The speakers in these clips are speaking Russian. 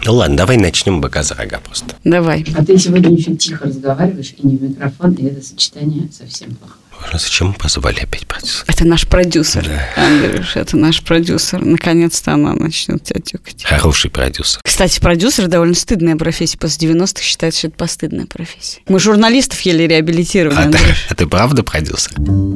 Ну ладно, давай начнем быка за рога просто. Давай. А ты сегодня очень тихо разговариваешь и не в микрофон, и это сочетание совсем плохо. Зачем мы позвали опять продюсера? Это наш продюсер, Да. Андрюш, это наш продюсер. Наконец-то она начнет тебя тюкать. Хороший продюсер. Кстати, продюсер довольно стыдная профессия. После 90-х считается, что это постыдная профессия. Мы журналистов еле реабилитировали, Андрюш. А ты правда продюсер?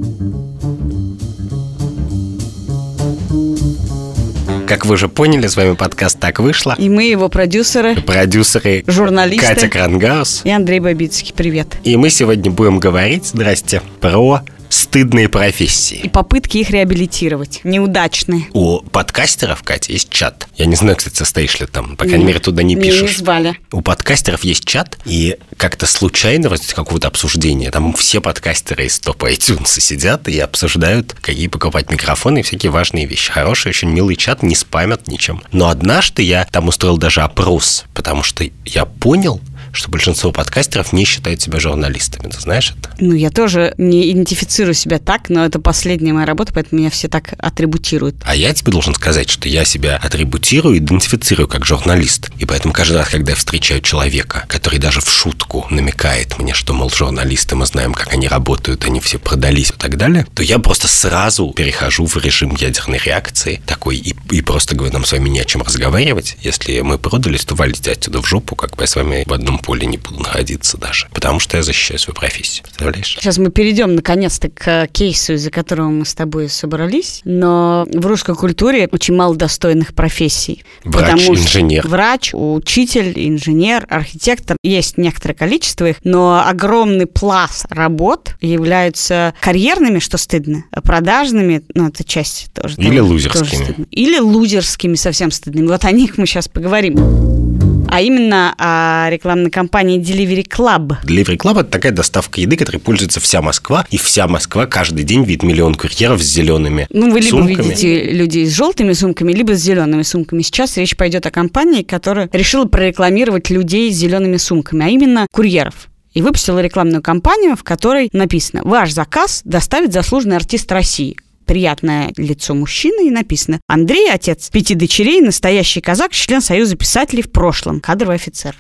Как вы уже поняли, с вами подкаст «Так вышло». И мы его продюсеры, журналисты Катя Крангаус и Андрей Бабицкий. Привет. И мы сегодня будем говорить, здрасте, про стыдные профессии. И попытки их реабилитировать. Неудачные. У подкастеров, Катя, есть чат. Я не знаю, кстати, состоишь ли там. По крайней мере, туда не пишешь. Не звали. У подкастеров есть чат, и как-то случайно в результате какого-то обсуждения там все подкастеры из топа iTunes сидят и обсуждают, какие покупать микрофоны и всякие важные вещи. Хороший, очень милый чат, не спамят ничем. Но однажды я там устроил даже опрос, потому что я понял, что большинство подкастеров не считают себя журналистами. Ты знаешь это? Ну, я тоже не идентифицирую себя так, но это последняя моя работа, поэтому меня все так атрибутируют. А я тебе должен сказать, что я себя атрибутирую, идентифицирую как журналист. И поэтому каждый раз, когда я встречаю человека, который даже в шутку намекает мне, что, мол, журналисты, мы знаем, как они работают, они все продались и так далее, то я просто сразу перехожу в режим ядерной реакции такой и просто говорю, нам с вами не о чем разговаривать. Если мы продались, то валите отсюда в жопу, как бы я с вами в одном поле не буду находиться даже, потому что я защищаю свою профессию. Представляешь? Сейчас мы перейдем наконец-то к кейсу, из-за которого мы с тобой собрались, но в русской культуре очень мало достойных профессий. Врач, инженер. Врач, учитель, инженер, архитектор. Есть некоторое количество их, но огромный пласт работ являются карьерными, что стыдно, продажными, ну, это часть тоже. Или тоже лузерскими. Стыдно. Или лузерскими, совсем стыдными. Вот о них мы сейчас поговорим. А именно о рекламной кампании Delivery Club. Delivery Club – это такая доставка еды, которой пользуется вся Москва, и вся Москва каждый день видит миллион курьеров с зелеными сумками. Вы либо видите людей с желтыми сумками, либо с зелеными сумками. Сейчас речь пойдет о компании, которая решила прорекламировать людей с зелеными сумками, а именно курьеров. И выпустила рекламную кампанию, в которой написано: «Ваш заказ доставит заслуженный артист России». Приятное лицо мужчины, и написано: Андрей, отец 5 дочерей, настоящий казак, член Союза писателей в прошлом, кадровый офицер.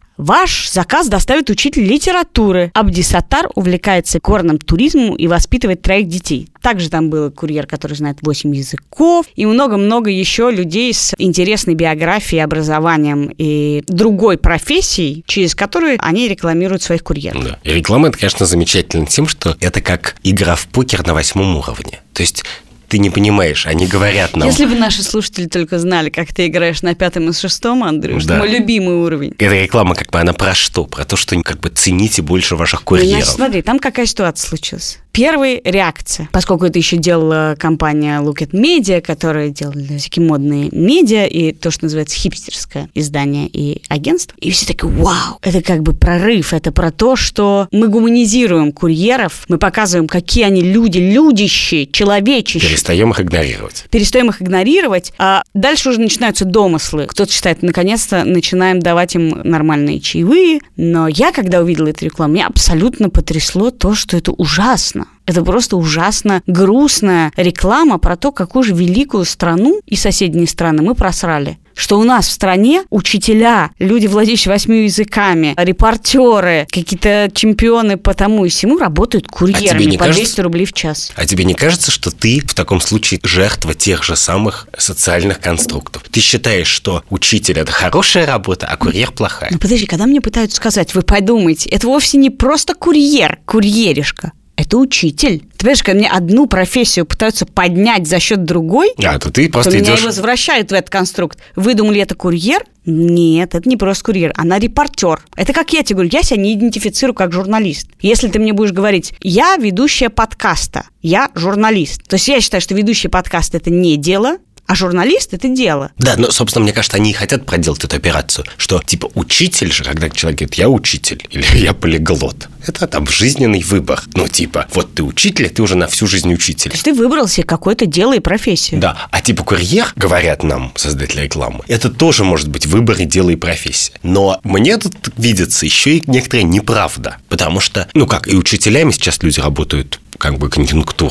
Ваш заказ доставит учитель литературы. Абдисаттар увлекается горным туризмом и воспитывает 3 детей. Также там был курьер, который знает 8 языков, и много-много еще людей с интересной биографией, образованием и другой профессией, через которую они рекламируют своих курьеров. Да. И реклама, это, конечно, замечательно тем, что это как игра в покер на 8 уровне. То есть ты не понимаешь, они говорят нам... Если бы наши слушатели только знали, как ты играешь на 5-м и 6-м, Андрюш, Да. это мой любимый уровень. Эта реклама, как бы, она про что? Про то, что как бы цените больше ваших курьеров. Значит, смотри, там какая ситуация случилась. Первая реакция, поскольку это еще делала компания Look at Media, которая делала всякие модные медиа и то, что называется хипстерское издание и агентство. И все такие: вау, это как бы прорыв, это про то, что мы гуманизируем курьеров, мы показываем, какие они люди, людищие, человечищие. Перестаем их игнорировать. Перестаем их игнорировать, а дальше уже начинаются домыслы. Кто-то считает, наконец-то начинаем давать им нормальные чаевые. Но я, когда увидела эту рекламу, меня абсолютно потрясло то, что это ужасно. Это просто ужасно грустная реклама про то, какую же великую страну и соседние страны мы просрали. Что у нас в стране учителя, люди, владеющие 8 языками, репортеры, какие-то чемпионы по тому и сему работают курьерами по 200 рублей в час. А тебе не кажется, что ты в таком случае жертва тех же самых социальных конструктов? Ты считаешь, что учитель – это хорошая работа, а курьер – плохая? Ну подожди, когда мне пытаются сказать, вы подумайте, это вовсе не просто курьер, курьеришка. Это учитель. Ты понимаешь, когда мне одну профессию пытаются поднять за счет другой, то ты просто то идешь... меня и возвращают в этот конструкт. Вы думали, это курьер? Нет, это не просто курьер, она репортер. Это как я тебе говорю, я себя не идентифицирую как журналист. Если ты мне будешь говорить: я ведущая подкаста, я журналист. То есть я считаю, что ведущий подкаста – это не дело, а журналист – это дело. Да, но, собственно, мне кажется, они и хотят проделать эту операцию, что, типа, учитель же, когда человек говорит: я учитель или я полиглот, это там жизненный выбор. Ну, типа, вот ты учитель, ты уже на всю жизнь учитель. То есть ты выбрал себе какое-то дело и профессию. Да, а типа курьер, говорят нам создатели рекламы, это тоже может быть выбор и дело и профессия. Но мне тут видится еще и некоторая неправда, потому что, и учителями сейчас люди работают как бы конъюнктурно.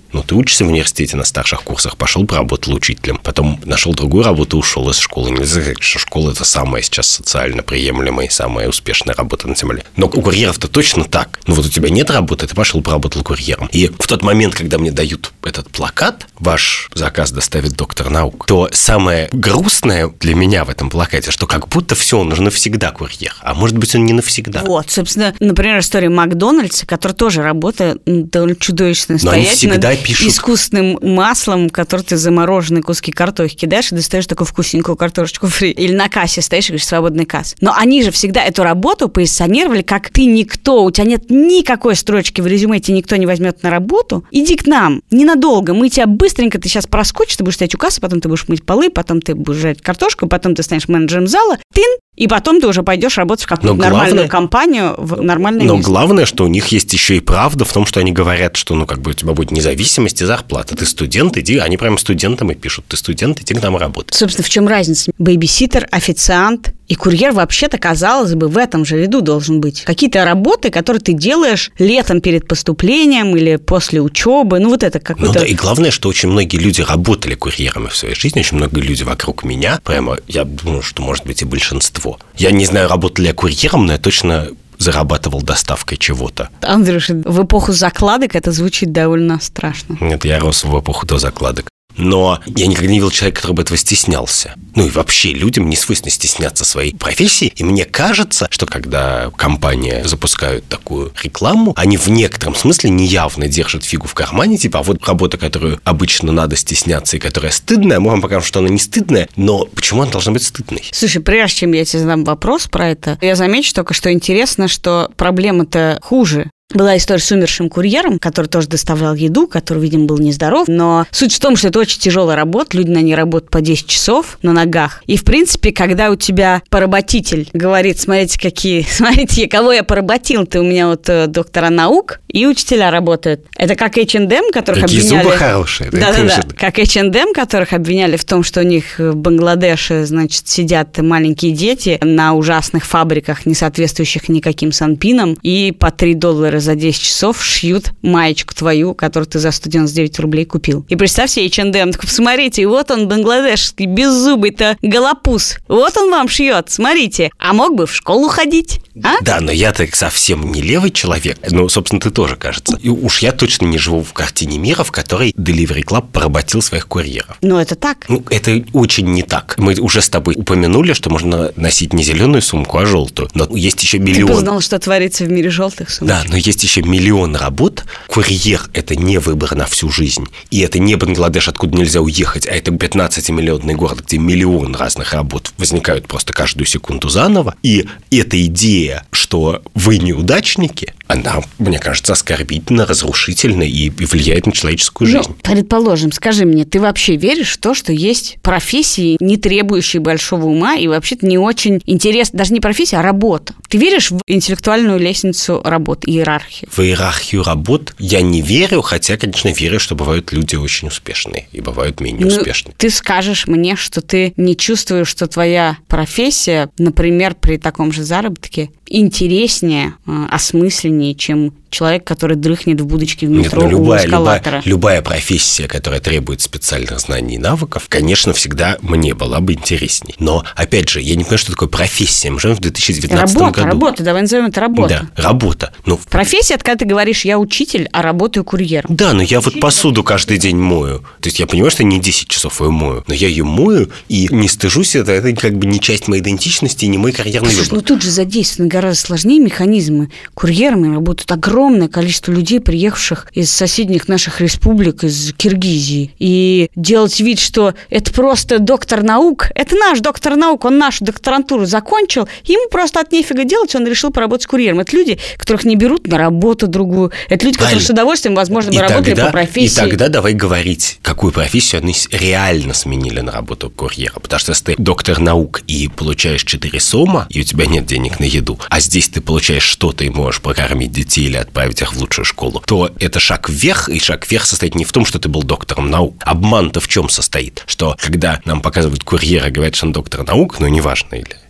Ну, ты учишься в университете на старших курсах, пошел поработал учителем, потом нашел другую работу, ушел из школы. Нельзя сказать, что школа – это самая сейчас социально приемлемая и самая успешная работа на земле. Но у курьеров-то точно так. Ну, вот у тебя нет работы, ты пошел поработал курьером. И в тот момент, когда мне дают этот плакат, ваш заказ доставит доктор наук, то самое грустное для меня в этом плакате, что как будто все, он уже навсегда курьер. А может быть, он не навсегда. Вот, собственно, например, история Макдональдса, который тоже работает довольно чудовищно, стоять над искусственным маслом, который ты замороженные куски картохи кидаешь и достаешь такую вкусненькую картошечку фри. Или на кассе стоишь и говоришь, свободный касс. Но они же всегда эту работу позиционировали, как ты никто, у тебя нет никакой строчки в резюме, тебя никто не возьмет на работу. Иди к нам, ненадолго, мы тебя быстренько, ты сейчас проскочишь, ты будешь стоять у кассы, потом ты будешь мыть полы, потом ты будешь жарить картошку, потом ты станешь менеджером зала, и потом ты уже пойдешь работать в какую-то нормальную компанию, в нормальное место. Но главное, что у них есть еще и правда в том, что они говорят, что, у тебя будет независимость и зарплата. Ты студент, иди, они прямо студентам и пишут, ты студент, иди к нам работать. Собственно, в чем разница? Бэйбиситер, официант и курьер вообще-то, казалось бы, в этом же ряду должен быть. Какие-то работы, которые ты делаешь летом перед поступлением или после учебы, вот это какое-то... Ну да, и главное, что очень многие люди работали курьерами в своей жизни, очень много людей вокруг меня, прямо, я думаю, что, может быть, и большинство. Я не знаю, работал ли я курьером, но я точно зарабатывал доставкой чего-то. Андрюша, в эпоху закладок это звучит довольно страшно. Нет, я рос в эпоху до закладок. Но я никогда не видел человека, который бы этого стеснялся. И вообще людям не свойственно стесняться своей профессии. И мне кажется, что когда компания запускают такую рекламу, они в некотором смысле неявно держат фигу в кармане. Типа, а вот работа, которую обычно надо стесняться и которая стыдная, мы вам покажем, что она не стыдная, но почему она должна быть стыдной? Слушай, прежде чем я тебе задам вопрос про это, я замечу только, что интересно, что проблема-то хуже. Была история с умершим курьером, который тоже доставлял еду, который, видимо, был нездоров. Но суть в том, что это очень тяжелая работа. Люди на ней работают по 10 часов на ногах. И, в принципе, когда у тебя поработитель говорит, смотрите, кого я поработил, ты у меня доктора наук, и учителя работают. Это как H&M, которых какие обвиняли... зубы хорошие. Да-да-да. Как H&M, которых обвиняли в том, что у них в Бангладеше, сидят маленькие дети на ужасных фабриках, не соответствующих никаким санпинам, и по $3 за 10 часов шьют маечку твою, которую ты за 199 рублей купил. И представь себе H&M, посмотрите, вот он, бангладешский, беззубый-то голопус. Вот он вам шьет, смотрите. А мог бы в школу ходить, а? Да, но я-то совсем не левый человек. Собственно, ты тоже, кажется. И уж я точно не живу в картине мира, в которой Delivery Club поработил своих курьеров. Но это так. Это очень не так. Мы уже с тобой упомянули, что можно носить не зеленую сумку, а желтую. Но есть еще миллион... Ты познал, что творится в мире желтых сумок. Да, но есть еще миллион работ. Курьер – это не выбор на всю жизнь. И это не Бангладеш, откуда нельзя уехать, а это 15-миллионный город, где миллион разных работ возникают просто каждую секунду заново. И эта идея, что вы неудачники, она, мне кажется, оскорбительна, разрушительна и влияет на человеческую жизнь. Предположим, скажи мне, ты вообще веришь в то, что есть профессии, не требующие большого ума и вообще-то не очень интересны, даже не профессия, а работа? Ты веришь в интеллектуальную лестницу работ, иерархию? В иерархию работ я не верю, хотя, конечно, верю, что бывают люди очень успешные и бывают менее успешные. Ты скажешь мне, что ты не чувствуешь, что твоя профессия, например, при таком же заработке, интереснее, осмысленнее, чем человек, который дрыхнет в будочке в метро у эскалатора. Любая профессия, которая требует специальных знаний и навыков, конечно, всегда мне была бы интересней. Но, опять же, я не понимаю, что такое профессия. Мы живем в 2019 году. Работа, давай назовем это работа. Да, работа. Профессия, это когда ты говоришь, я учитель, а работаю курьером. Да, но я посуду каждый день мою. То есть я понимаю, что не 10 часов ее мою, но я ее мою и не стыжусь, это не часть моей идентичности и не мой карьерный выбор. Тут же задействованы гораздо сложнее механизмы. Курьерами работают огромное количество людей, приехавших из соседних наших республик, из Киргизии. И делать вид, что это просто доктор наук, это наш доктор наук, он нашу докторантуру закончил, ему просто от нефига делать, он решил поработать курьером. Это люди, которых не берут на работу другую. Это люди, которые с удовольствием, возможно, бы работали по профессии. И тогда давай говорить, какую профессию они реально сменили на работу курьера. Потому что если ты доктор наук и получаешь 4 сома, и у тебя нет денег на еду, а здесь ты получаешь что-то и можешь прокормить детей или отправить их в лучшую школу, то это шаг вверх, и шаг вверх состоит не в том, что ты был доктором наук. Обман-то в чем состоит? Что когда нам показывают курьера, говорят, что он доктор наук, неважно, или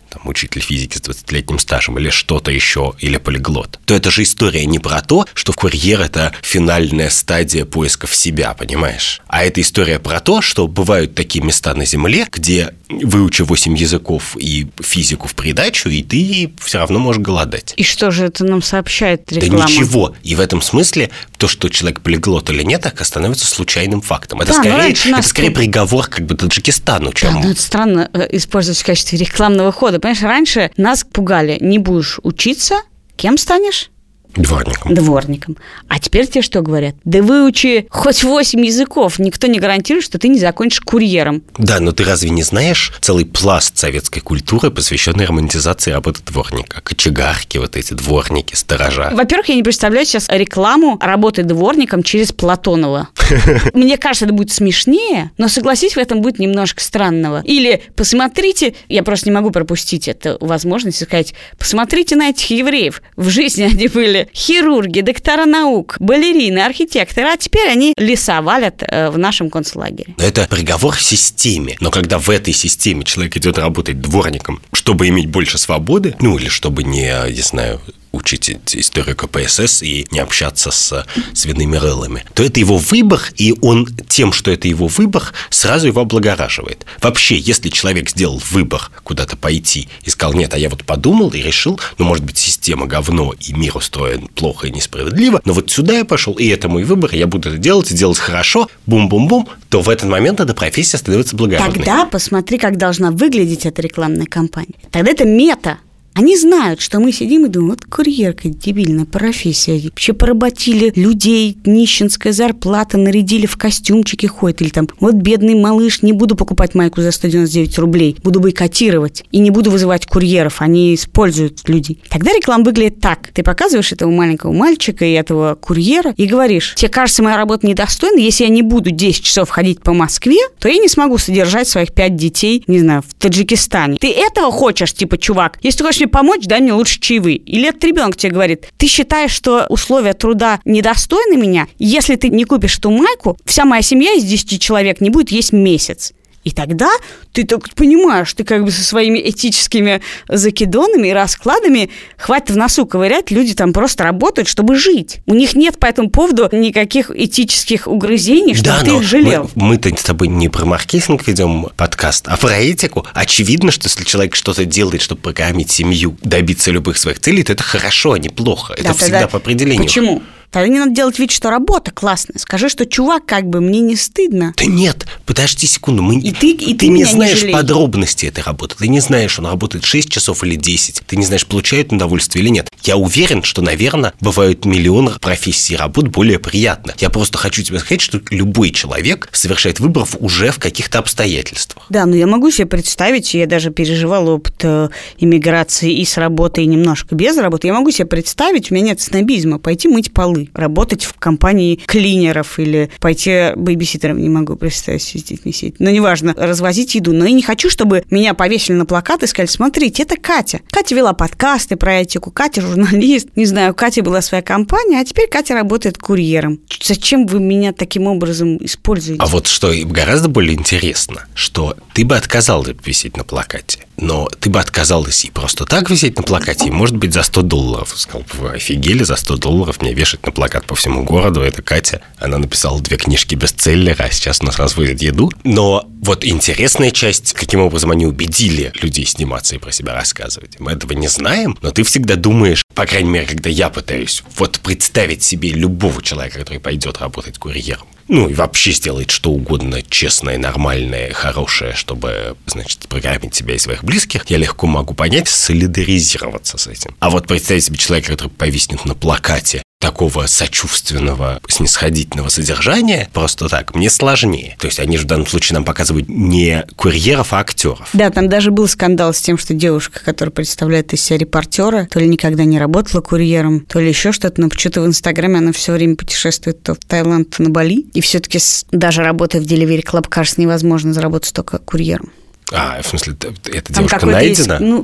там, учитель физики с 20-летним стажем, или что-то еще, или полиглот, то это же история не про то, что курьер – это финальная стадия поисков себя, понимаешь? А это история про то, что бывают такие места на Земле, где, выучи 8 языков и физику в придачу, и ты все равно можешь голодать. И что же это нам сообщает реклама? Да ничего. И в этом смысле то, что человек полиглот или нет, так становится случайным фактом. Это, да, скорее приговор как бы Таджикистану, чем... Да, но это странно использовать в качестве рекламного хода. Понимаешь, раньше нас пугали: не будешь учиться, кем станешь? Дворником. А теперь тебе что говорят? Да выучи хоть 8 языков, никто не гарантирует, что ты не закончишь курьером. Да, но ты разве не знаешь целый пласт советской культуры, посвященный романтизации работы дворника? Кочегарки, вот эти дворники, сторожа. Во-первых, я не представляю сейчас рекламу работы дворником через Платонова. Мне кажется, это будет смешнее, но, согласись, в этом будет немножко странного. Или посмотрите, я просто не могу пропустить эту возможность сказать, посмотрите на этих евреев. В жизни они были хирурги, доктора наук, балерины, архитекторы, а теперь они леса валят в нашем концлагере. Это приговор системе. Но когда в этой системе человек идет работать дворником, чтобы иметь больше свободы, ну или чтобы не знаю, учить историю КПСС и не общаться с свиными рылами, то это его выбор, и он тем, что это его выбор, сразу его облагораживает. Вообще, если человек сделал выбор куда-то пойти и сказал, нет, а я вот подумал и решил, ну, может быть, система говно, и мир устроен плохо и несправедливо, но вот сюда я пошел, и это мой выбор, я буду это делать, и делать хорошо, бум-бум-бум, то в этот момент эта профессия становится благородной. Тогда посмотри, как должна выглядеть эта рекламная кампания. Тогда это мета. Они знают, что мы сидим и думаем, вот курьерка, дебильная профессия. Вообще поработили людей, нищенская зарплата, нарядили в костюмчики, ходят. Или там, вот бедный малыш, не буду покупать майку за 199 рублей, буду бойкотировать. И не буду вызывать курьеров, они используют людей. Тогда реклама выглядит так. Ты показываешь этого маленького мальчика и этого курьера и говоришь, тебе кажется, моя работа недостойна, если я не буду 10 часов ходить по Москве, то я не смогу содержать своих 5 детей, не знаю, в Таджикистане. Ты этого хочешь, типа, чувак? Если ты хочешь мне помочь, дай мне лучше чаевые. Или этот ребенок тебе говорит, ты считаешь, что условия труда недостойны меня? Если ты не купишь эту майку, вся моя семья из 10 человек не будет есть месяц. И тогда ты только понимаешь, ты как бы со своими этическими закидонами и раскладами хватит в носу ковырять, люди там просто работают, чтобы жить. У них нет по этому поводу никаких этических угрызений, чтобы ты их жалел. Мы-то с тобой не про маркетинг ведем подкаст, а про этику. Очевидно, что если человек что-то делает, чтобы прокормить семью, добиться любых своих целей, то это хорошо, а не плохо. Это всегда по определению. Почему? Тогда не надо делать вид, что работа классная. Скажи, что, чувак, как бы мне не стыдно. Да нет, подожди секунду. Ты не знаешь подробности этой работы. Ты не знаешь, он работает 6 часов или 10. Ты не знаешь, получает удовольствие или нет. Я уверен, что, наверное, бывают миллионы профессий и работ более приятно. Я просто хочу тебе сказать, что любой человек совершает выбор уже в каких-то обстоятельствах. Да, но я могу себе представить, я даже переживала опыт иммиграции и с работой, и немножко без работы. Я могу себе представить, у меня нет снобизма, пойти мыть полы, работать в компании клинеров или пойти бэйбиситером, не могу представить, с детьми сидеть. Но неважно, развозить еду. Но я не хочу, чтобы меня повесили на плакат и сказали, смотрите, это Катя. Катя вела подкасты про этику, Катя журналист. Не знаю, у Кати была своя компания, а теперь Катя работает курьером. Зачем вы меня таким образом используете? А вот что гораздо более интересно, что ты бы отказалась висеть на плакате, но ты бы отказалась и просто так висеть на плакате, и, может быть, за $100. Сказал, вы офигели, за $100 мне вешать на плакат по всему городу. Это Катя. Она написала 2 книжки-бестселлера, а сейчас у нас разводит еду. Но вот интересная часть, каким образом они убедили людей сниматься и про себя рассказывать. Мы этого не знаем, но ты всегда думаешь, по крайней мере, когда я пытаюсь вот представить себе любого человека, который пойдет работать курьером, ну и вообще сделает что угодно честное, нормальное, хорошее, чтобы, значит, прокормить себя и своих близких, я легко могу понять, солидаризироваться с этим. А вот представить себе человека, который повиснет на плакате такого сочувственного, снисходительного содержания, просто так, мне сложнее. То есть они же в данном случае нам показывают не курьеров, а актеров. Да, там даже был скандал с тем, что девушка, которая представляет из себя репортера, то ли никогда не работала курьером, то ли еще что-то, но почему-то в Инстаграме она все время путешествует то в Таиланд, то на Бали. И все-таки даже работая в Delivery Club, кажется, невозможно заработать столько курьером. А, в смысле, эта девушка найдена?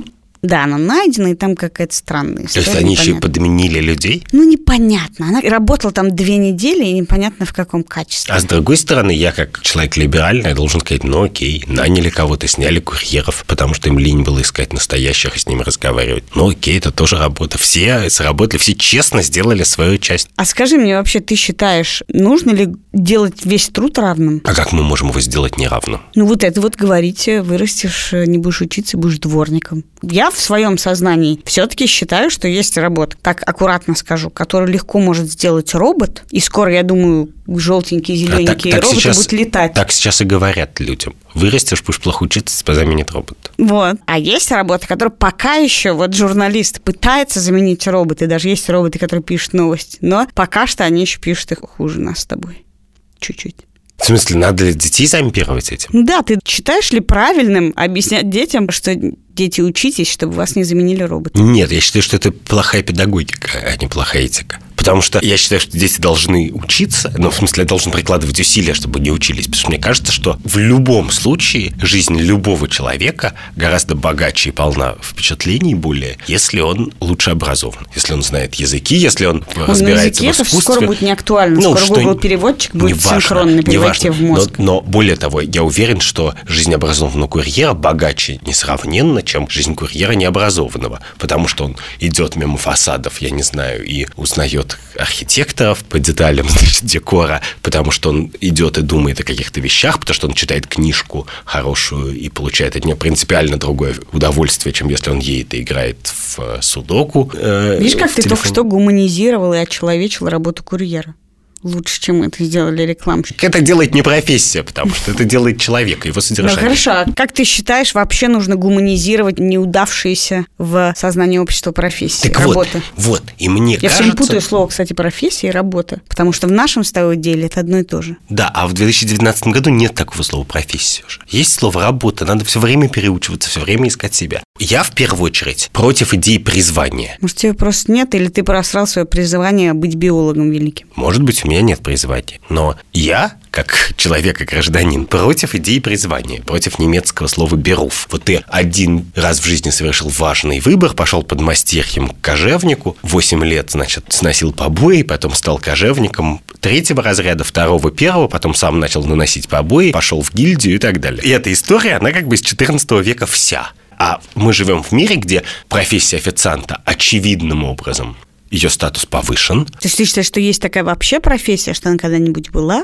Да, она найдена, и там какая-то странная история. То есть они еще и подменили людей? Непонятно. Она работала там 2 недели, и непонятно в каком качестве. А с другой стороны, я как человек либеральный должен сказать, окей, наняли кого-то, сняли курьеров, потому что им лень было искать настоящих и с ними разговаривать. Окей, это тоже работа. Все сработали, все честно сделали свою часть. А скажи мне вообще, ты считаешь, нужно ли делать весь труд равным? А как мы можем его сделать неравным? Это говорите, вырастешь, не будешь учиться, будешь дворником. Я в своем сознании все-таки считаю, что есть работа, так аккуратно скажу, которую легко может сделать робот, и скоро, я думаю, желтенькие, зелененькие роботы сейчас, будут летать. Так сейчас и говорят людям. Вырастешь, будешь плохо учиться, тебя заменит робот. А есть работа, которая пока еще, журналист пытается заменить роботы, даже есть роботы, которые пишут новости, но пока что они еще пишут их хуже нас с тобой. Чуть-чуть. В смысле, надо ли детей зомбировать этим? Да, ты считаешь ли правильным объяснять детям, что дети, учитесь, чтобы вас не заменили роботы? Нет, я считаю, что это плохая педагогика, а не плохая этика. Потому что я считаю, что дети должны учиться, в смысле, должны прикладывать усилия, чтобы не учились. Потому что мне кажется, что в любом случае жизнь любого человека гораздо богаче и полна впечатлений более, если он лучше образован, если он знает языки, если он разбирается в искусстве. Это скоро будет не актуально. Скоро Google-переводчик будет синхронно переводить тебе в мозг. Но более того, я уверен, что жизнь образованного курьера богаче несравненно, чем жизнь курьера необразованного. Потому что он идет мимо фасадов, я не знаю, и узнает архитекторов по деталям, декора, потому что он идет и думает о каких-то вещах, потому что он читает книжку хорошую и получает от нее принципиально другое удовольствие, чем если он едет и играет в судоку. Видишь, как ты только что гуманизировал и очеловечил работу курьера. Лучше, чем это сделали рекламщики. Это делает не профессия, потому что это делает человека, его содержание. Хорошо, а как ты считаешь, вообще нужно гуманизировать неудавшиеся в сознании общества профессии, работы? И мне кажется... Я все время путаю слово, кстати, профессия и работа, потому что в нашем с тобой деле это одно и то же. Да, а в 2019 году нет такого слова профессия уже. Есть слово работа, надо все время переучиваться, все время искать себя. Я, в первую очередь, против идеи призвания. Может, тебе просто нет, или ты просрал свое призвание быть биологом великим? Может быть, у меня нет призвания. Но я, как человек и гражданин, против идеи призвания, против немецкого слова «беруф». Ты один раз в жизни совершил важный выбор, пошел подмастерьем к кожевнику, 8 лет, сносил побои, потом стал кожевником 3-го разряда, 2-го, 1-го, потом сам начал наносить побои, пошел в гильдию и так далее. И эта история, она из 14 века вся. А мы живем в мире, где профессия официанта очевидным образом, ее статус повышен. То есть ты считаешь, что есть такая вообще профессия, что она когда-нибудь была?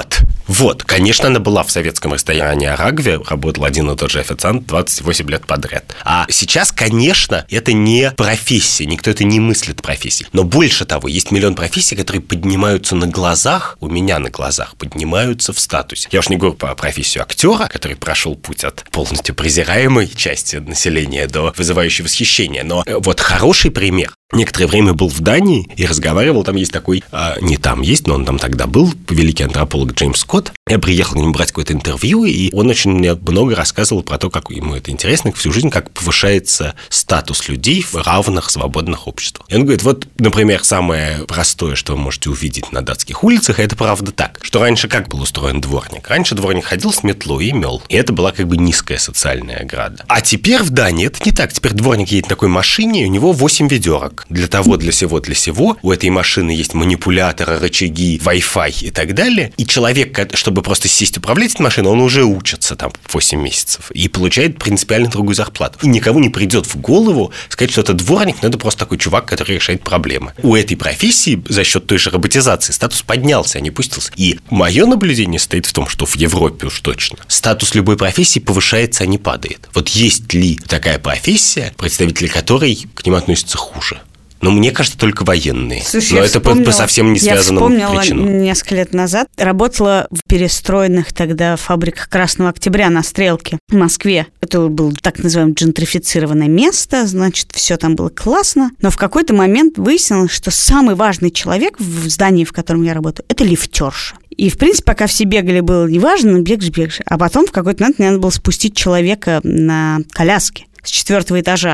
Конечно, она была в советском ресторане «Арагве», работал один и тот же официант 28 лет подряд. А сейчас, конечно, это не профессия, никто это не мыслит профессией. Но больше того, есть миллион профессий, которые поднимаются на глазах, у меня на глазах, поднимаются в статусе. Я уж не говорю про профессию актера, который прошел путь от полностью презираемой части населения до вызывающей восхищения. Но хороший пример. Некоторое время был в Дании и разговаривал, там есть такой, не там есть, но он там тогда был, великий антрополог Джеймс Скотт. Я приехал к нему брать какое-то интервью, и он очень мне много рассказывал про то, как ему это интересно, всю жизнь, как повышается статус людей в равных, свободных обществах. И он говорит, например, самое простое, что вы можете увидеть на датских улицах, это правда так, что раньше как был устроен дворник? Раньше дворник ходил с метлой и мел, и это была низкая социальная ограда. А теперь в Дании это не так. Теперь дворник едет на такой машине, и у него 8 ведерок. Для того, для сего. У этой машины есть манипуляторы, рычаги, Wi-Fi и так далее. И человек, чтобы просто сесть управлять этой машиной, он уже учится 8 месяцев и получает принципиально другую зарплату. И никому не придет в голову сказать, что это дворник, но это просто такой чувак, который решает проблемы. У этой профессии за счет той же роботизации статус поднялся, а не пустился. И мое наблюдение стоит в том, что в Европе уж точно статус любой профессии повышается, а не падает. Есть ли такая профессия, представители которой к ним относятся хуже? Мне кажется, только военные. Слушай, но это по совсем не связанным причинам. Я вспомнила несколько лет назад. Работала в перестроенных тогда фабриках Красного Октября на Стрелке в Москве. Это было так называемое джентрифицированное место, все там было классно. Но в какой-то момент выяснилось, что самый важный человек в здании, в котором я работаю, это лифтерша. И, в принципе, пока все бегали, было неважно, но бегаешь. А потом в какой-то момент мне надо было спустить человека на коляске с 4-го этажа.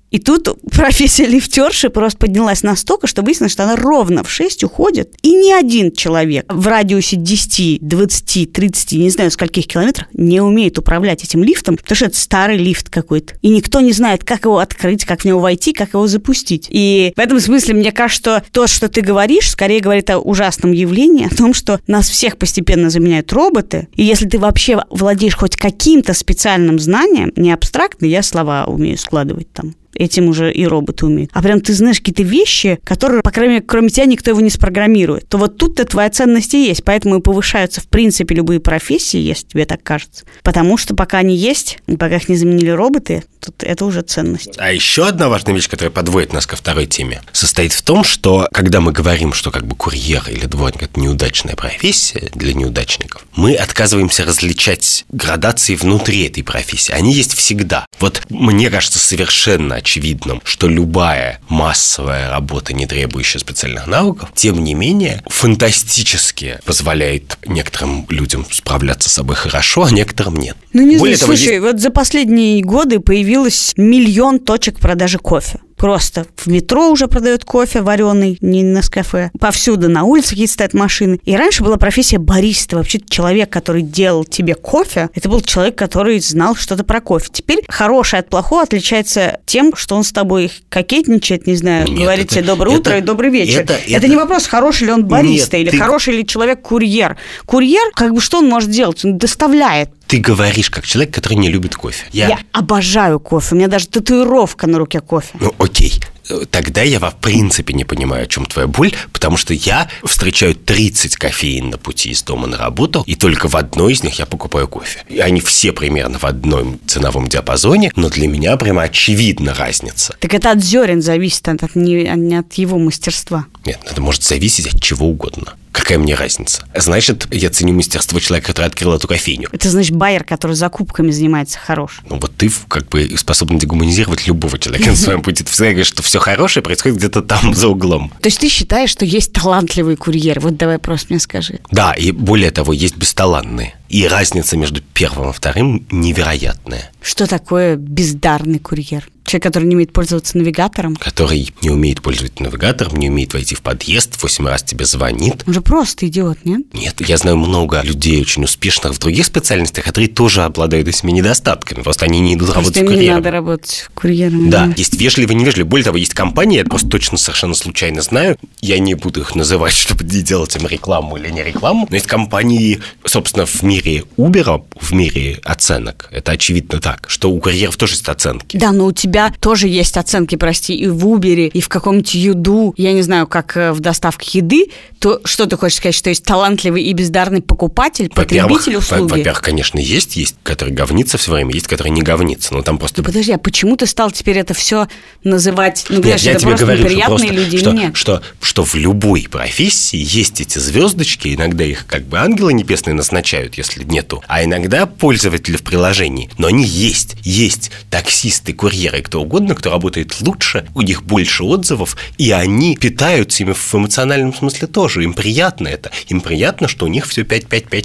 И тут профессия лифтерши просто поднялась настолько, что выяснилось, что она ровно в 6 уходит, и ни один человек в радиусе 10, 20, 30, не знаю, скольких километрах не умеет управлять этим лифтом, потому что это старый лифт какой-то. И никто не знает, как его открыть, как в него войти, как его запустить. И в этом смысле, мне кажется, что то, что ты говоришь, скорее говорит о ужасном явлении, о том, что нас всех постепенно заменяют роботы. И если ты вообще владеешь хоть каким-то специальным знанием, не абстрактно, я слова умею складывать там, этим уже и роботы умеют. А прям ты знаешь какие-то вещи, которые, по крайней мере, кроме тебя никто его не спрограммирует. То вот тут-то твоя ценность и есть. Поэтому и повышаются, в принципе, любые профессии, если тебе так кажется. Потому что пока они есть, пока их не заменили роботы, тут это уже ценность. А еще одна важная вещь, которая подводит нас ко второй теме, состоит в том, что когда мы говорим, что как бы курьер или дворник – это неудачная профессия для неудачников, мы отказываемся различать градации внутри этой профессии. Они есть всегда. Вот мне кажется совершенно очевидным, что любая массовая работа, не требующая специальных навыков, тем не менее, фантастически позволяет некоторым людям справляться с собой хорошо, а некоторым нет. Ну, не знаю, слушай, вот за последние годы появилось 1 миллион точек продажи кофе. Просто в метро уже продают кофе вареный, не на Нескафе. Повсюду на улице какие-то стоят машины. И раньше была профессия бариста. Вообще человек, который делал тебе кофе, это был человек, который знал что-то про кофе. Теперь хороший от плохого отличается тем, что он с тобой кокетничает, не знаю, говорит тебе доброе утро и добрый вечер. Это не вопрос, хороший ли он бариста или хороший ли человек-курьер. Курьер, как бы что он может делать? Он доставляет. Ты говоришь как человек, который не любит кофе. Я обожаю кофе. У меня даже татуировка на руке кофе. Ну, окей. Тогда я в принципе не понимаю, о чем твоя боль, потому что я встречаю 30 кофеин на пути из дома на работу, и только в одной из них я покупаю кофе. И они все примерно в одном ценовом диапазоне, но для меня прямо очевидна разница. Так это от зерен зависит, не от его мастерства. Нет, это может зависеть от чего угодно. Какая мне разница? Значит, я ценю мастерство человека, который открыл эту кофейню. Это значит, байер, который закупками занимается, хорош. Ну вот ты как бы способен дегуманизировать любого человека на своем пути. Ты всегда говоришь, что все хорошее происходит где-то там за углом. То есть ты считаешь, что есть талантливый курьер? Вот давай просто мне скажи. Да, и более того, есть бесталантные. И разница между первым и вторым невероятная. Что такое бездарный курьер? Человек, который не умеет пользоваться навигатором? Который не умеет пользоваться навигатором, не умеет войти в подъезд, 8 раз тебе звонит. Он же просто идиот, нет? Нет, я знаю много людей очень успешных в других специальностях, которые тоже обладают этими недостатками. Просто они не идут работать курьером. Не надо работать курьером. Да, есть вежливо и невежливо. Более того, есть компании, я просто точно совершенно случайно знаю, я не буду их называть, чтобы не делать им рекламу или не рекламу, но есть компании, собственно, в мире Uber, в мире оценок. Это очевидно так, что у курьеров тоже есть оценки. Да, но у тебя тоже есть оценки, прости, и в Uber, и в каком-нибудь Юду, я не знаю, как в доставке еды, то что ты хочешь сказать, что есть талантливый и бездарный покупатель, потребитель услуги? Во-первых, конечно, есть, который говнится все время, есть, который не говнится, но там просто... Ну, подожди, а почему ты стал теперь это все называть, ну, нет, я это тебе просто говорю, неприятные люди? Нет. Что в любой профессии есть эти звездочки, иногда их как бы ангелы небесные назначают, если нету, а иногда пользователи в приложении, но они есть таксисты, курьеры, кто угодно, кто работает лучше, у них больше отзывов, и они питаются ими в эмоциональном смысле тоже. Им приятно это. Им приятно, что у них все 5.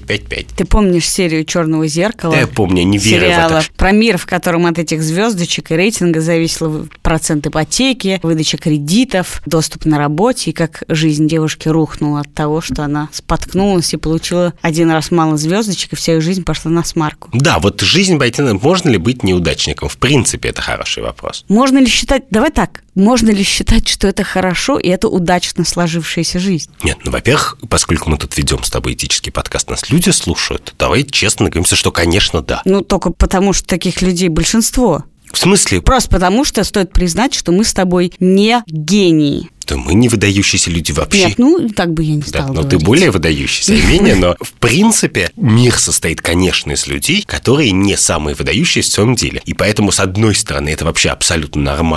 Ты помнишь серию «Черного зеркала»? Да, я помню, не верю в это. Про мир, в котором от этих звездочек и рейтинга зависел процент ипотеки, выдача кредитов, доступ на работе, и как жизнь девушки рухнула от того, что она споткнулась и получила один раз мало звездочек, и вся ее жизнь пошла на смарку. Да, вот жизнь пойти, можно ли быть неудачником? В принципе, это хороший вопрос. Можно ли считать, можно ли считать, что это хорошо и это удачно сложившаяся жизнь? Нет, во-первых, поскольку мы тут ведем с тобой этический подкаст, нас люди слушают, давай честно говоримся, что, конечно, да. Ну, только потому, что таких людей большинство. В смысле? Просто потому, что стоит признать, что мы с тобой не гении. Да мы не выдающиеся люди вообще. Нет, так бы я не стала говорить. Но ты более выдающийся, менее, но в принципе мир состоит, конечно, из людей, которые не самые выдающиеся в своем деле. И поэтому, с одной стороны, это вообще абсолютно нормально.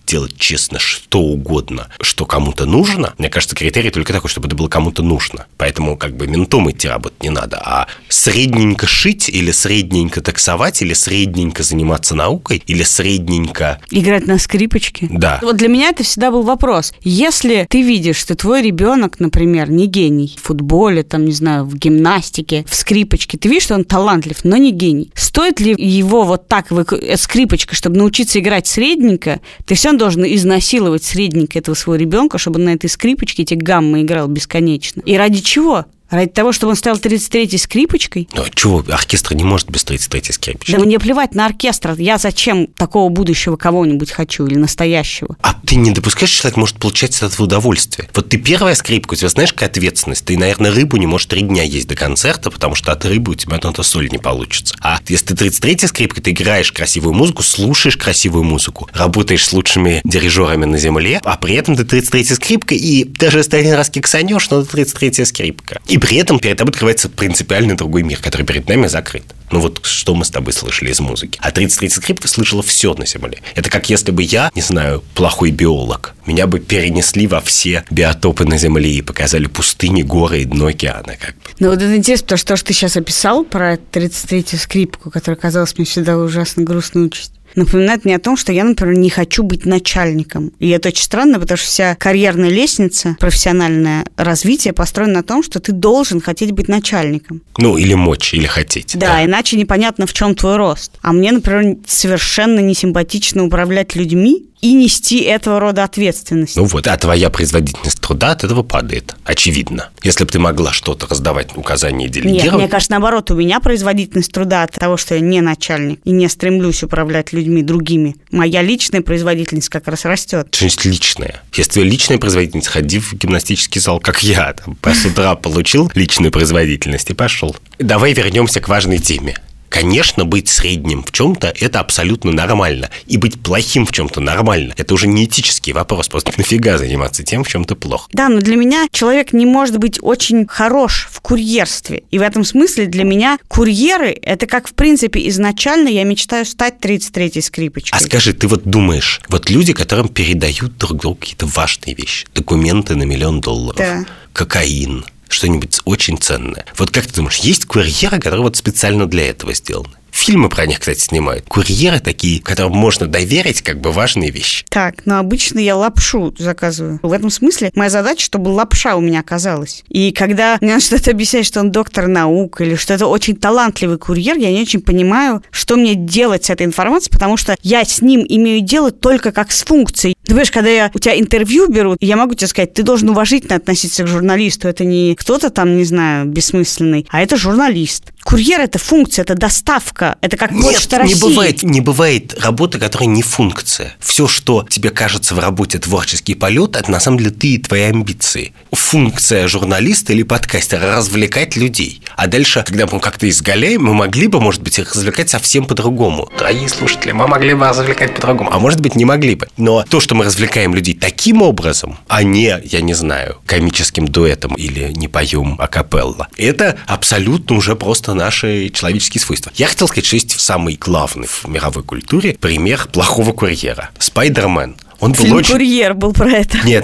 делать честно что угодно, что кому-то нужно, мне кажется, критерий только такой, чтобы это было кому-то нужно. Поэтому как бы ментом идти работать не надо. А средненько шить или средненько таксовать, или средненько заниматься наукой, или средненько... Играть на скрипочке? Да. Вот для меня это всегда был вопрос. Если ты видишь, что твой ребенок, например, не гений в футболе, там, не знаю, в гимнастике, в скрипочке, ты видишь, что он талантлив, но не гений. Стоит ли его вот так скрипочка, чтобы научиться играть средненько, ты все равно должен изнасиловать средненько этого своего ребенка, чтобы он на этой скрипочке эти гаммы играл бесконечно. И ради чего? Ради того, чтобы он стал 33-й скрипочкой? Ну, чего? Оркестр не может без 33-й скрипочки. Да мне плевать на оркестр. Я зачем такого будущего кого-нибудь хочу или настоящего? А ты не допускаешь, что человек может получать от этого удовольствие? Вот ты первая скрипка, у тебя знаешь, какая ответственность? Ты, наверное, рыбу не можешь 3 дня есть до концерта, потому что от рыбы у тебя на то соль не получится. А если ты 33-я скрипка, ты играешь красивую музыку, слушаешь красивую музыку, работаешь с лучшими дирижерами на земле, а при этом ты 33-я скрипка, и даже если ты один раз киксанешь, но ты 33-я скрипка. И при этом перед тобой открывается принципиально другой мир, который перед нами закрыт. Ну вот что мы с тобой слышали из музыки. А 33-я скрипка слышала все на земле. Это как если бы я, не знаю, плохой биолог. Меня бы перенесли во все биотопы на земле и показали пустыни, горы и дно океана. Как бы. Ну вот это интересно, потому что то, что ты сейчас описал про 33-ю скрипку, которая казалась мне всегда ужасно грустной участью, напоминает мне о том, что я, например, не хочу быть начальником. И это очень странно, потому что вся карьерная лестница, профессиональное развитие построено на том, что ты должен хотеть быть начальником. Ну, или мочь, или хотеть. Да, иначе непонятно, в чем твой рост. А мне, например, совершенно несимпатично управлять людьми и нести этого рода ответственность. Ну вот, а твоя производительность труда от этого падает, очевидно. Если бы ты могла что-то раздавать, указания, делегировать... Нет, мне кажется, наоборот, у меня производительность труда от того, что я не начальник и не стремлюсь управлять людьми другими. Моя личная производительность как раз растет. Что значит личная? Если твоя личная производительность, ходи в гимнастический зал, как я. Там, с утра получил личную производительность и пошел. Давай вернемся к важной теме. Конечно, быть средним в чем-то – это абсолютно нормально. И быть плохим в чем-то нормально. Это уже не этический вопрос. Просто нафига заниматься тем, в чем ты плох. Да, но для меня человек не может быть очень хорош в курьерстве. И в этом смысле для меня курьеры – это как, в принципе, изначально я мечтаю стать 33-й скрипочкой. А скажи, ты вот думаешь, вот люди, которым передают друг другу какие-то важные вещи, документы на $1 миллион, да. Кокаин, что-нибудь очень ценное. Вот как ты думаешь, есть курьеры, которые вот специально для этого сделаны? Фильмы про них, кстати, снимают. Курьеры такие, которым можно доверить как бы важные вещи. Так, но обычно я лапшу заказываю. В этом смысле моя задача, чтобы лапша у меня оказалась. И когда мне что-то объясняет, что он доктор наук, или что это очень талантливый курьер, я не очень понимаю, что мне делать с этой информацией, потому что я с ним имею дело только как с функцией. Ты понимаешь, когда у тебя интервью берут, я могу тебе сказать, ты должен уважительно относиться к журналисту. Это не кто-то там, не знаю, бессмысленный, а это журналист. Курьер – это функция, это доставка, это как Почта России. Не бывает работы, которая не функция. Все, что тебе кажется в работе творческий полет, это на самом деле ты и твои амбиции. Функция журналиста или подкастера – развлекать людей. А дальше, когда мы как-то изгаляем, мы могли бы, может быть, их развлекать совсем по-другому. Дорогие слушатели, мы могли бы развлекать по-другому, а может быть, не могли бы. Но то, что мы развлекаем людей таким образом, а не, я не знаю, комическим дуэтом или не поем акапелла, это абсолютно уже просто наши человеческие свойства. Я хотел сказать, что есть самый главный в мировой культуре пример плохого курьера. Спайдермен. Он был Фильм «Курьер» был про это. Нет.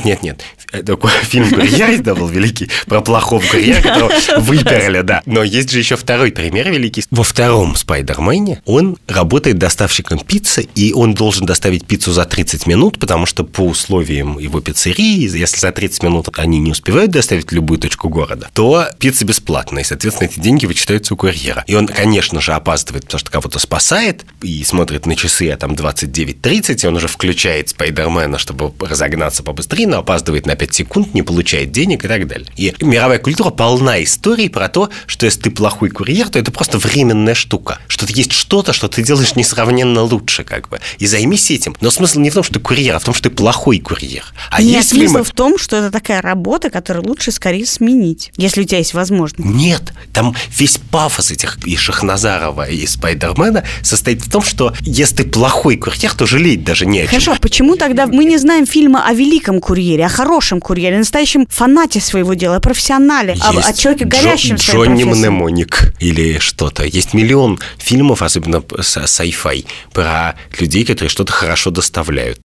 Фильм «Курьер» да, был великий, про плохого курьера, которого выперли, да. Но есть же еще второй пример великий. Во втором «Спайдермене» он работает доставщиком пиццы, и он должен доставить пиццу за 30 минут, потому что по условиям его пиццерии, если за 30 минут они не успевают доставить в любую точку города, то пицца бесплатная, и, соответственно, эти деньги вычитаются у курьера. И он, конечно же, опаздывает, потому что кого-то спасает, и смотрит на часы, а там 29:30, и он уже включает «Спайдермена», чтобы разогнаться побыстрее, но опаздывает на 5 секунд, не получает денег и так далее. И мировая культура полна историй про то, что если ты плохой курьер, то это просто временная штука. Что есть что-то, что ты делаешь несравненно лучше, как бы. И займись этим. Но смысл не в том, что ты курьер, а в том, что ты плохой курьер. А нет, смысл в том, что это такая работа, которую лучше скорее сменить, если у тебя есть возможность. Нет, там весь пафос этих и Шахназарова, и Спайдермена состоит в том, что если ты плохой курьер, то жалеть даже не о чем. Хорошо, а почему тогда мы не знаем фильма о великом курьере, о хорошем курьере, о настоящем фанате своего дела, о профессионале, о человеке горящем в своей профессии? Джонни Мнемоник или что-то. Есть миллион фильмов, особенно sci-fi, про людей, которые что-то хорошо доставляют.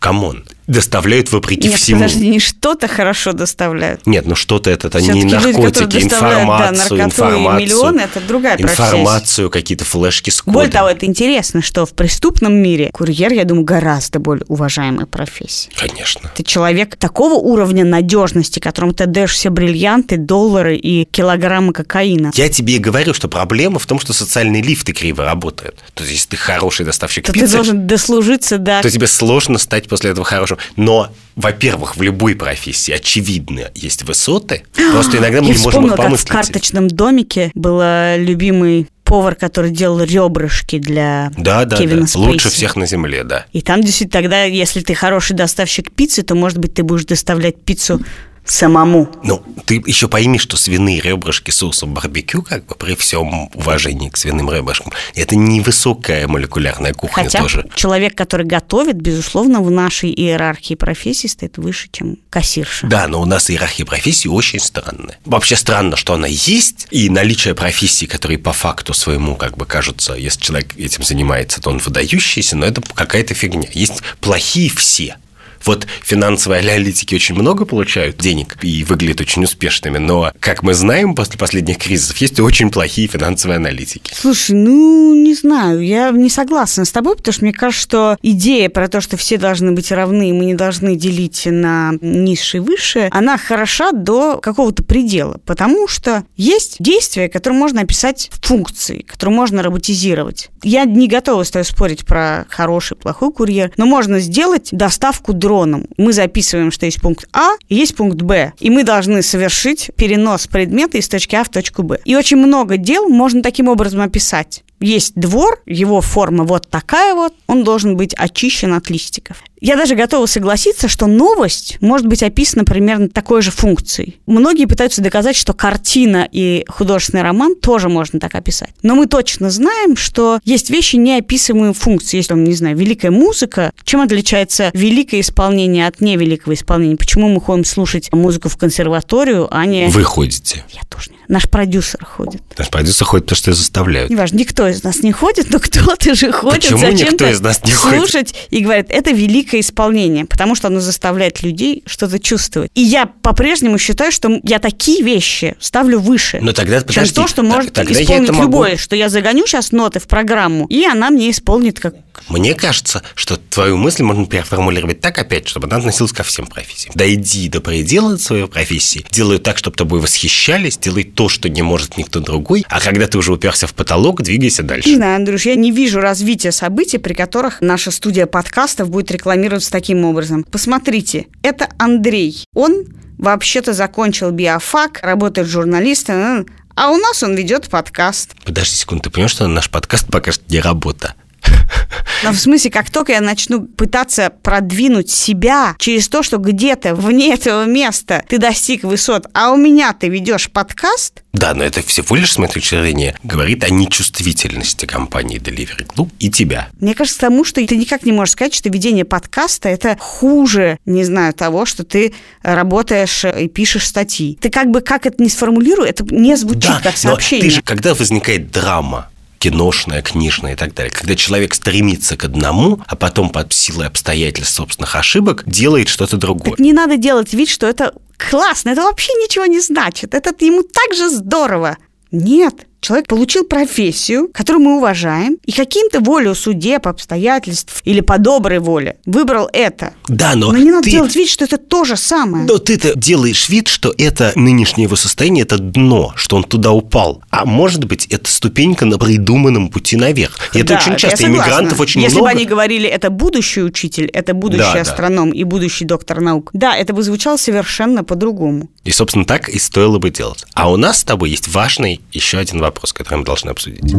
камон. Доставляют вопреки всему. Нет, подожди, не что-то хорошо доставляют. Нет, ну что-то это не Всё-таки наркотики, люди, информацию, и миллионы, это другая профессия. Информацию, какие-то флешки с кодом. Более того, это интересно, что в преступном мире курьер, я думаю, гораздо более уважаемая профессия. Конечно. Ты человек такого уровня надежности, которому ты отдаешь все бриллианты, доллары и килограммы кокаина. Я тебе и говорю, что проблема в том, что социальные лифты криво работают. То есть, если ты хороший доставщик то пиццы, ты должен дослужиться до... то тебе сложно стать после этого хорошим. Но, во-первых, в любой профессии, очевидно, есть высоты. Просто иногда мы Я не можем их вспомнила, как помыслить. в «Карточном домике» был любимый повар, который делал ребрышки для Кевина Спейси. Лучше всех на земле, да. И там действительно тогда, если ты хороший доставщик пиццы, то, может быть, ты будешь доставлять пиццу самому. Ну, ты еще пойми, что свиные ребрышки с соусом барбекю, как бы при всем уважении к свиным ребрышкам, это невысокая молекулярная кухня. Хотя тоже. Человек, который готовит, безусловно, в нашей иерархии профессий стоит выше, чем кассирша. Да, но у нас иерархия профессий очень странная. Вообще странно, что она есть, и наличие профессий, которые по факту своему, как бы кажутся, если человек этим занимается, то он выдающийся, но это какая-то фигня. Есть плохие все. Вот финансовые аналитики очень много получают денег и выглядят очень успешными, но, как мы знаем, после последних кризисов есть очень плохие финансовые аналитики. Слушай, не знаю, я не согласна с тобой, потому что мне кажется, что идея про то, что все должны быть равны, и мы не должны делить на низшее и высшее, она хороша до какого-то предела, потому что есть действия, которые можно описать в функции, которые можно роботизировать. Я не готова с тобой спорить про хороший, плохой курьер, но можно сделать доставку дроном. Мы записываем, что есть пункт А и есть пункт Б, и мы должны совершить перенос предмета из точки А в точку Б. И очень много дел можно таким образом описать. Есть двор, его форма вот такая вот, он должен быть очищен от листиков. Я даже готова согласиться, что новость может быть описана примерно такой же функцией. Многие пытаются доказать, что картина и художественный роман тоже можно так описать. Но мы точно знаем, что есть вещи, неописуемые функции. Есть, не знаю, великая музыка. Чем отличается великое исполнение от невеликого исполнения? Почему мы ходим слушать музыку в консерваторию, а не... Вы ходите. Я тоже не. Наш продюсер ходит. Наш продюсер ходит, потому что ее заставляют. Неважно, никто из нас не ходит, но кто-то же ходит. Почему никто из нас не ходит? Слушать и говорит, это великое исполнение, потому что оно заставляет людей что-то чувствовать. И я по-прежнему считаю, что я такие вещи ставлю выше. Но тогда, чем то, что может исполнить любое, что я загоню сейчас ноты в программу, и она мне исполнит как... Мне кажется, что твою мысль можно переформулировать так опять, чтобы она относилась ко всем профессиям. Дойди до предела своей профессии, делай так, чтобы тобой восхищались, делай то, что не может никто другой, а когда ты уже уперся в потолок, двигайся дальше. Не знаю, Андрюш, я не вижу развития событий, при которых наша студия подкастов будет рекламироваться таким образом. Посмотрите, это Андрей. Он вообще-то закончил биофак, работает журналистом, а у нас он ведет подкаст. Подожди секунду, ты понимаешь, что наш подкаст пока что не работа? Но в смысле, как только я начну пытаться продвинуть себя через то, что где-то вне этого места ты достиг высот, а у меня ты ведешь подкаст... Да, но это всего лишь, с моей точки зрения, говорит о нечувствительности компании Delivery Club и тебя. Мне кажется, тому, что ты никак не можешь сказать, что ведение подкаста – это хуже, не знаю, того, что ты работаешь и пишешь статьи. Ты как это не сформулируй, это не звучит как сообщение. Но ты же, когда возникает драма, киношная, книжная и так далее. Когда человек стремится к одному, а потом под силой обстоятельств собственных ошибок делает что-то другое. Так не надо делать вид, что это классно, это вообще ничего не значит. Это ему так же здорово. Нет. Человек получил профессию, которую мы уважаем, и каким-то волею судеб, обстоятельств или по доброй воле выбрал это. Да, но не надо делать вид, что это то же самое. Но ты-то делаешь вид, что это нынешнее его состояние, это дно, что он туда упал. А может быть, это ступенька на придуманном пути наверх. И это очень часто. Иммигрантов очень много. Если бы они говорили, это будущий учитель, это будущий астроном и будущий доктор наук, да, это бы звучало совершенно по-другому. И, собственно, так и стоило бы делать. А у нас с тобой есть важный еще один вопрос, который мы должны обсудить.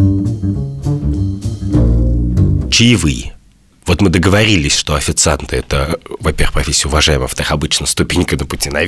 Чаевые. Вот мы договорились, что официанты – это, во-первых, профессия уважаемая, во-вторых, обычно ступенька на пути наверх.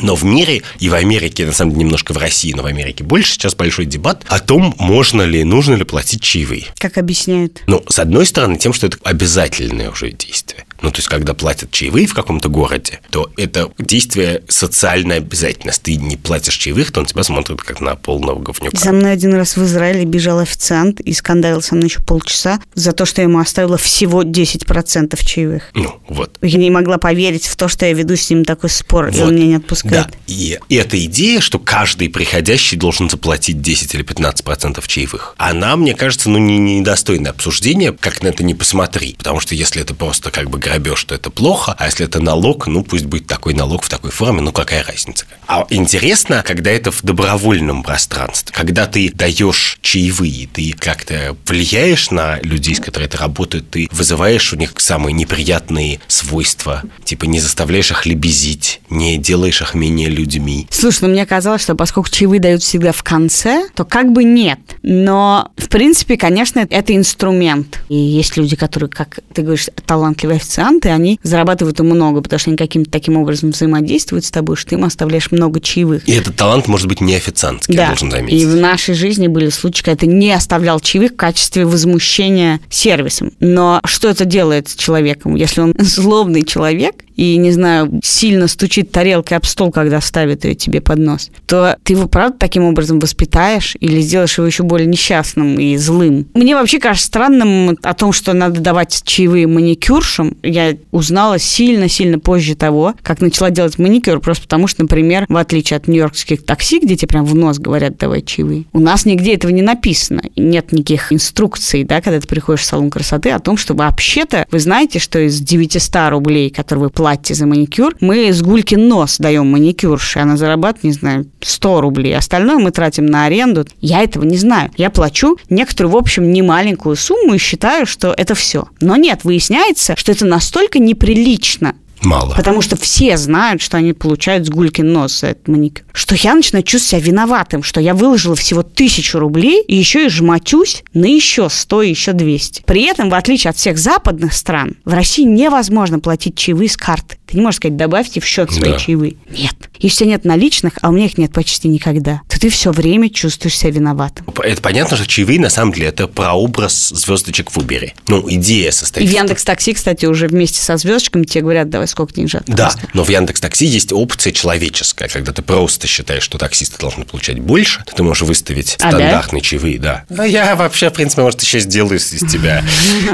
Но в мире и в Америке, на самом деле немножко в России, но в Америке больше, сейчас большой дебат о том, можно ли, нужно ли платить чаевые. Как объясняют? Ну, с одной стороны, тем, что это обязательное уже действие. Ну, то есть, когда платят чаевые в каком-то городе, то это действие социальная обязательность. Ты не платишь чаевых, то он тебя смотрит как на полного говнюка. За мной один раз в Израиле бежал официант и скандалил со мной еще полчаса за то, что я ему оставила всего 10% чаевых. Ну, вот. Я не могла поверить в то, что я веду с ним такой спор, вот. И он меня не отпускает. Да, и эта идея, что каждый приходящий должен заплатить 10 или 15% чаевых, она, мне кажется, недостойна обсуждения, как на это не посмотри. Потому что если это просто как бы грабеж, то это плохо, а если это налог, ну, пусть будет такой налог в такой форме, ну, какая разница. А интересно, когда это в добровольном пространстве, когда ты даешь чаевые, ты как-то влияешь на людей, с которыми ты работаешь, ты вызываешь у них самые неприятные свойства, типа не заставляешь их лебезить, не делаешь их менее людьми. Слушай, мне казалось, что поскольку чаевые дают всегда в конце, то как бы нет. Но, в принципе, конечно, это инструмент. И есть люди, которые, как ты говоришь, талантливые официанты, они зарабатывают много, потому что они каким-то таким образом взаимодействуют с тобой, что ты им оставляешь много чаевых. И этот талант может быть не официантский, да. Я должен заметить. И в нашей жизни были случаи, когда ты не оставлял чаевых в качестве возмущения сервисом. Но что это делает с человеком? Если он злобный человек и, не знаю, сильно стучит тарелкой об стол, когда ставит ее тебе под нос, то ты его, правда, таким образом воспитаешь или сделаешь его еще более несчастным и злым? Мне вообще кажется странным о том, что надо давать чаевые маникюршам. Я узнала сильно-сильно позже того, как начала делать маникюр, просто потому что, например, в отличие от нью-йоркских такси, где тебе прям в нос говорят «давай чаевые», у нас нигде этого не написано. Нет никаких инструкций, да, когда ты приходишь в салон красоты, о том, что вообще-то вы знаете, что из 900 рублей, которые вы платите за маникюр, мы с Гулькин нос даем маникюрше, она зарабатывает, не знаю, 100 рублей. Остальное мы тратим на аренду. Я этого не знаю. Я плачу некоторую, в общем, немаленькую сумму и считаю, что это все. Но нет, выясняется, что это настолько неприлично. Мало. Потому что все знают, что они получают с Гулькин нос за этот маникюр. Что я начинаю чувствовать себя виноватым, что я выложила всего 1000 рублей и еще и жмотюсь на еще 100, еще 200. При этом, в отличие от всех западных стран, в России невозможно платить чаевые с карты. Ты не можешь сказать, добавьте в счет свои чаевые. Нет. Если у тебя нет наличных, а у меня их нет почти никогда, то ты все время чувствуешь себя виноватым. Это понятно, что чаевые, на самом деле, это прообраз звездочек в Uber. Ну, идея состоит... И в Яндекс.Такси, кстати, уже вместе со звездочками тебе говорят, давай сколько деньжат. Да, но в Яндекс.Такси есть опция человеческая, когда ты просто считаешь, что таксисты должны получать больше, то ты можешь выставить стандартные чаевые, да. А я вообще, в принципе, может, еще сделаю из тебя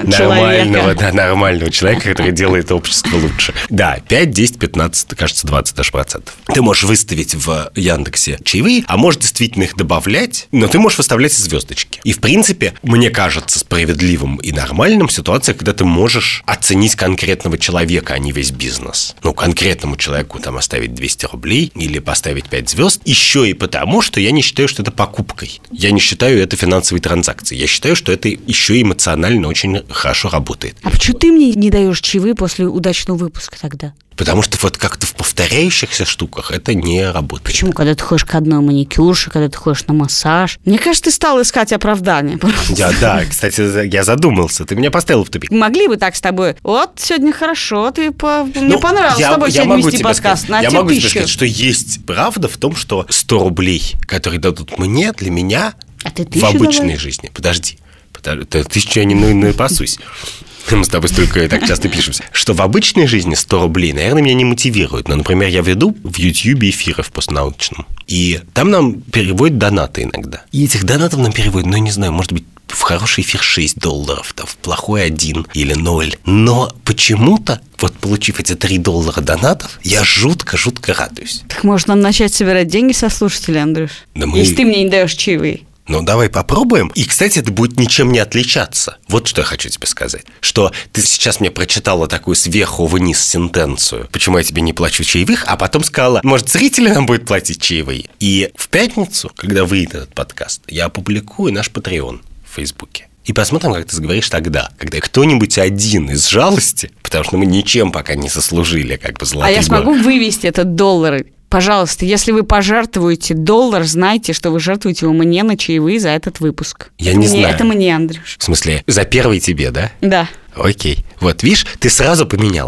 нормального человека, который делает общество лучше. Да, 5, 10, 15, кажется, 20 даже процентов. Ты можешь выставить в Яндексе чаевые, а можешь действительно их добавлять, но ты можешь выставлять и звездочки. И, в принципе, мне кажется справедливым и нормальным ситуация, когда ты можешь оценить конкретного человека, а не весь бизнес. Ну, конкретному человеку там оставить 200 рублей или поставить 5 звезд, еще и потому, что я не считаю, что это покупкой. Я не считаю это финансовой транзакцией. Я считаю, что это еще эмоционально очень хорошо работает. А почему ты мне не даешь чаевые после удачного выпуска тогда? Потому что вот как-то в повторяющихся штуках это не работает. Почему? Когда ты ходишь к одной маникюрше, когда ты ходишь на массаж. Мне кажется, ты стал искать оправдания. Да, кстати, я задумался. Ты меня поставил в тупик. Могли бы так с тобой. Вот, сегодня хорошо, мне понравилось с тобой сегодня вести подкаст. Я могу тебе сказать, что есть правда в том, что 100 рублей, которые дадут мне, для меня в обычной жизни. Подожди. 1000 я не напасусь. Мы с тобой столько так часто пишемся. Что в обычной жизни 100 рублей, наверное, меня не мотивирует. Но, например, я веду в Ютьюбе эфиры в постнаучном. И там нам переводят донаты иногда. И этих донатов нам переводят, ну, не знаю, может быть, в хороший эфир $6, в плохой 1 или 0. Но почему-то, вот получив эти $3 донатов, я жутко радуюсь. Так может нам начать собирать деньги со слушателей, Андрюш? Да если ты мне не даешь чаевые. Ну, давай попробуем. И, кстати, это будет ничем не отличаться. Вот что я хочу тебе сказать. Что ты сейчас мне прочитала такую сверху вниз сентенцию, почему я тебе не плачу чаевых, а потом сказала, может, зрители нам будут платить чаевые. И в пятницу, когда выйдет этот подкаст, я опубликую наш Patreon в Фейсбуке. И посмотрим, как ты заговоришь тогда, когда кто-нибудь один из жалости, потому что мы ничем пока не заслужили, как бы золотые. А я смогу вывести этот $? Пожалуйста, если вы пожертвуете $, знайте, что вы жертвуете его мне на чаевые за этот выпуск. Я не знаю. Это мне, Андрюш. В смысле, за первый тебе, да? Да. Окей. Вот, видишь, ты сразу поменялась.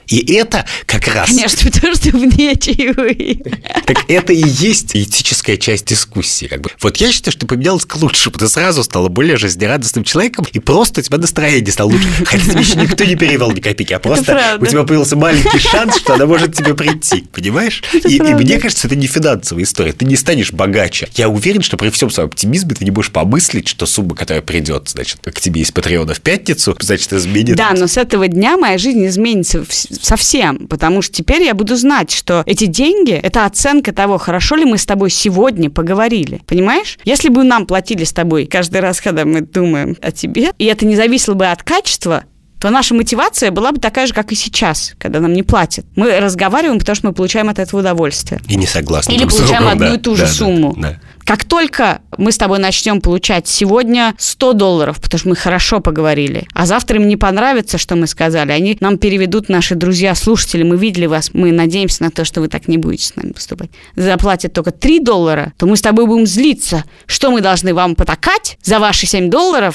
И это как раз... Конечно, потому что мне чаевые. Так это и есть этическая часть дискуссии. Как бы. Вот я считаю, что ты поменялась к лучшему. Ты сразу стала более жизнерадостным человеком, и просто у тебя настроение стало лучше. Хотя тебе еще никто не перевел ни копейки, а просто у тебя появился маленький шанс, что она может тебе прийти. Понимаешь? И мне кажется, это не финансовая история. Ты не станешь богаче. Я уверен, что при всем своем оптимизме ты не будешь помыслить, что сумма, которая придет, значит, к тебе из Патреона в пятницу, значит, изменит. Да, но с этого дня моя жизнь изменится совсем, потому что теперь я буду знать, что эти деньги – это оценка того, хорошо ли мы с тобой сегодня поговорили. Понимаешь? Если бы нам платили с тобой каждый раз, когда мы думаем о тебе, и это не зависело бы от качества, то наша мотивация была бы такая же, как и сейчас, когда нам не платят. Мы разговариваем, потому что мы получаем от этого удовольствие. И не согласны. Или получаем одну и ту же сумму. Да. Как только мы с тобой начнем получать сегодня $100, потому что мы хорошо поговорили, а завтра им не понравится, что мы сказали, они нам переведут, наши друзья, слушатели, мы видели вас, мы надеемся на то, что вы так не будете с нами поступать, заплатят только $3, то мы с тобой будем злиться. Что мы должны вам потакать за ваши $7?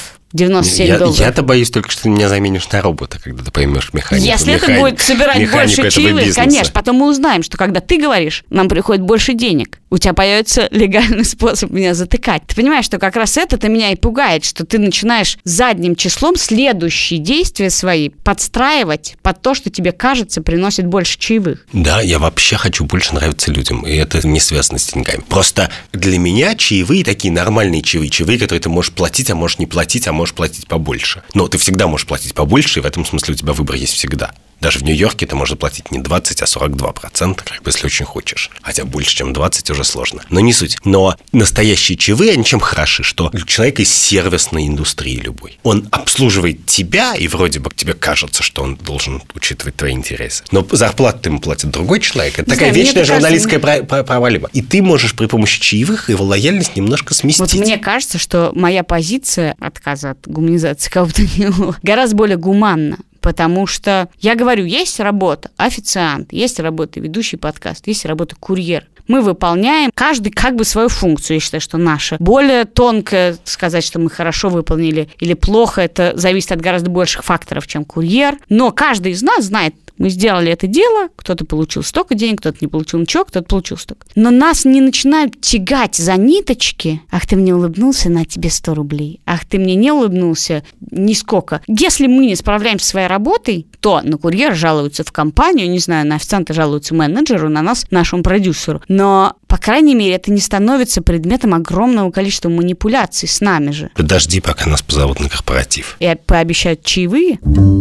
$97. Я-то боюсь только, что ты меня заменишь на робота, когда ты поймешь механику. Если это будет собирать больше чаевых, конечно, потом мы узнаем, что когда ты говоришь, нам приходит больше денег, у тебя появится легальный способ меня затыкать. Ты понимаешь, что как раз это меня и пугает, что ты начинаешь задним числом следующие действия свои подстраивать под то, что тебе кажется приносит больше чаевых. Да, я вообще хочу больше нравиться людям, и это не связано с деньгами. Просто для меня чаевые такие нормальные чаевые, которые ты можешь платить, а можешь не платить, а можешь платить побольше. Но ты всегда можешь платить побольше, и в этом смысле у тебя выбор есть всегда. Даже в Нью-Йорке ты можешь платить не 20, а 42%, как бы, если очень хочешь. Хотя больше, чем 20, уже сложно. Но не суть. Но настоящие чаевые, они чем хороши? Что человек из сервисной индустрии любой. Он обслуживает тебя, и вроде бы тебе кажется, что он должен учитывать твои интересы. Но зарплату ему платит другой человек. Это такая вечная журналистская проблема. И ты можешь при помощи чаевых его лояльность немножко сместить. Вот мне кажется, что моя позиция отказа от гуманизации кого-то не было гораздо более гуманна. Потому что, я говорю, есть работа официант, есть работа ведущий подкаст, есть работа курьер. Мы выполняем каждый как бы свою функцию. Я считаю, что наша. Более тонко сказать, что мы хорошо выполнили или плохо, это зависит от гораздо больших факторов, чем курьер. Но каждый из нас знает, мы сделали это дело, кто-то получил столько денег, кто-то не получил ничего, кто-то получил столько. Но нас не начинают тягать за ниточки. Ах, ты мне улыбнулся, на тебе 100 рублей. Ах, ты мне не улыбнулся, нисколько. Если мы не справляемся со своей работой, то на курьера жалуются в компанию, не знаю, на официанта жалуются менеджеру, на нас, нашему продюсеру. Но, по крайней мере, это не становится предметом огромного количества манипуляций с нами же. Подожди, пока нас позовут на корпоратив. И пообещают чаевые.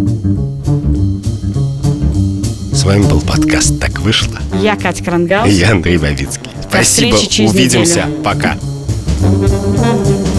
С вами был подкаст «Так вышло». Я Катя Крангаус. И я Андрей Бабицкий. Спасибо, увидимся. Пока.